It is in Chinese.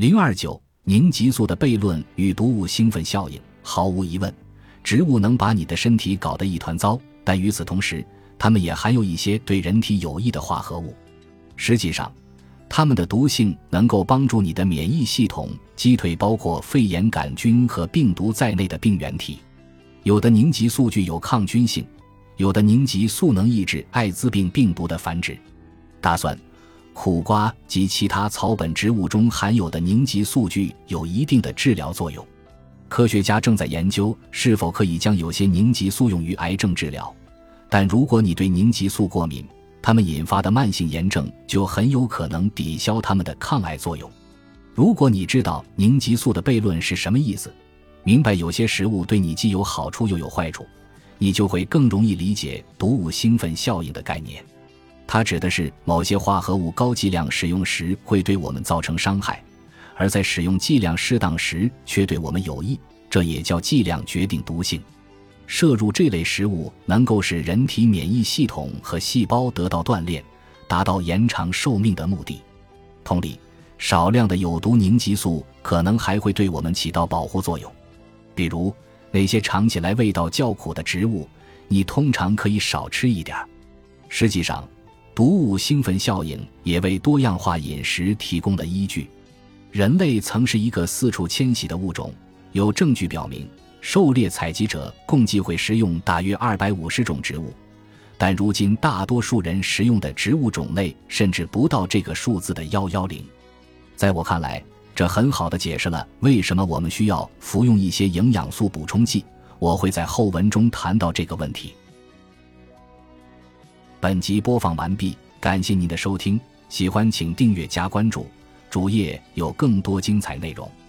029凝集素的悖论与毒物兴奋效应。毫无疑问，植物能把你的身体搞得一团糟，但与此同时，它们也含有一些对人体有益的化合物。实际上，它们的毒性能够帮助你的免疫系统击退包括肺炎杆菌和病毒在内的病原体。有的凝集素具有抗菌性，有的凝集素能抑制艾滋病病毒的繁殖。大蒜、苦瓜及其他草本植物中含有的凝集素具有一定的治疗作用。科学家正在研究是否可以将有些凝集素用于癌症治疗，但如果你对凝集素过敏，它们引发的慢性炎症就很有可能抵消它们的抗癌作用。如果你知道凝集素的悖论是什么意思，明白有些食物对你既有好处又有坏处，你就会更容易理解毒物兴奋效应的概念。它指的是某些化合物高剂量使用时会对我们造成伤害，而在使用剂量适当时却对我们有益，这也叫剂量决定毒性。摄入这类食物能够使人体免疫系统和细胞得到锻炼，达到延长寿命的目的。同理，少量的有毒凝集素可能还会对我们起到保护作用。比如，那些尝起来味道较苦的植物，你通常可以少吃一点。实际上，毒物兴奋效应也为多样化饮食提供了依据。人类曾是一个四处迁徙的物种，有证据表明狩猎采集者共计会食用大约250种植物，但如今大多数人食用的植物种类甚至不到这个数字的110。在我看来，这很好地解释了为什么我们需要服用一些营养素补充剂，我会在后文中谈到这个问题。本集播放完毕，感谢您的收听，喜欢请订阅加关注，主页有更多精彩内容。